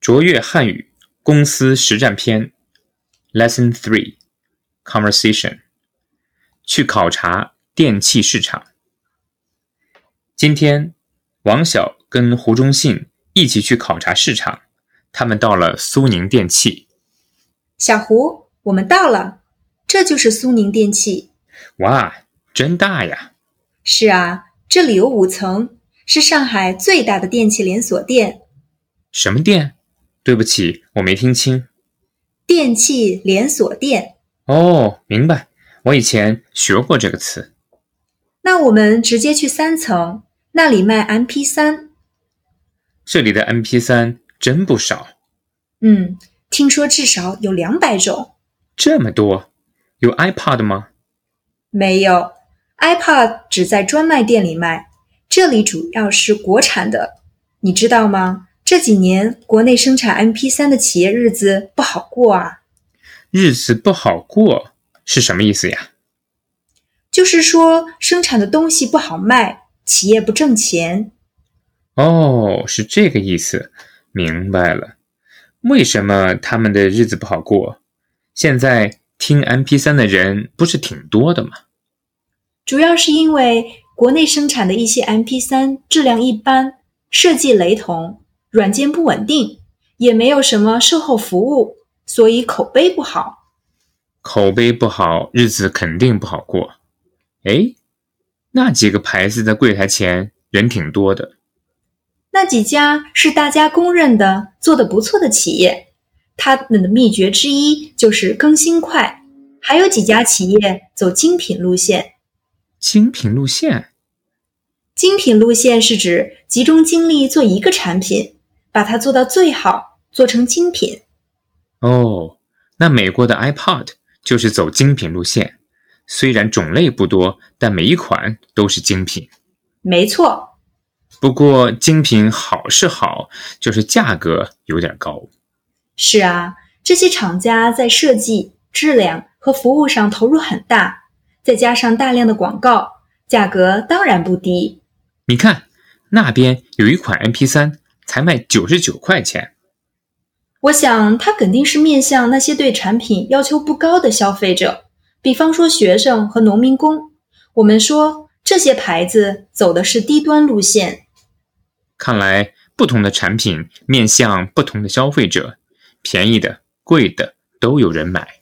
卓越汉语公司实战篇 Lesson 3 Conversation 去考察电器市场。今天王晓跟胡忠信一起去考察市场，他们到了苏宁电器。 小胡，我们到了，这就是苏宁电器。 哇，真大呀！ 是啊，这里有5层，是上海最大的电器连锁店。 什么店？对不起，我没听清。 电器连锁店。 哦，明白，我以前学过这个词。 那我们直接去3层，那里卖 MP3。 这里的 MP3 真不少。 听说至少有200种。 这么多？有 iPod 吗？ 没有， iPod 只在专卖店里卖，这里主要是国产的。你知道吗？这几年国内生产 MP3 的企业日子不好过啊。 日子不好过是什么意思呀？ 就是说生产的东西不好卖，企业不挣钱。 哦，是这个意思，明白了。为什么他们的日子不好过？现在听 MP3 的人不是挺多的吗？ 主要是因为国内生产的一些 MP3 质量一般，设计雷同，软件不稳定，也没有什么售后服务，所以口碑不好。 口碑不好，日子肯定不好过。诶，那几个牌子的柜台前人挺多的。 那几家是大家公认的做得不错的企业，他们的秘诀之一就是更新快，还有几家企业走精品路线。 精品路线？ 精品路线是指集中精力做一个产品，把它做到最好，做成精品。 哦，那美国的 iPod 就是走精品路线，虽然种类不多，但每一款都是精品。 没错。 不过精品好是好，就是价格有点高。 是啊，这些厂家在设计、质量和服务上投入很大，再加上大量的广告，价格当然不低。 你看，那边有一款 MP3 才卖99块钱。 我想它肯定是面向那些对产品要求不高的消费者，比方说学生和农民工。我们说这些牌子走的是低端路线。 看来不同的产品面向不同的消费者，便宜的、贵的都有人买。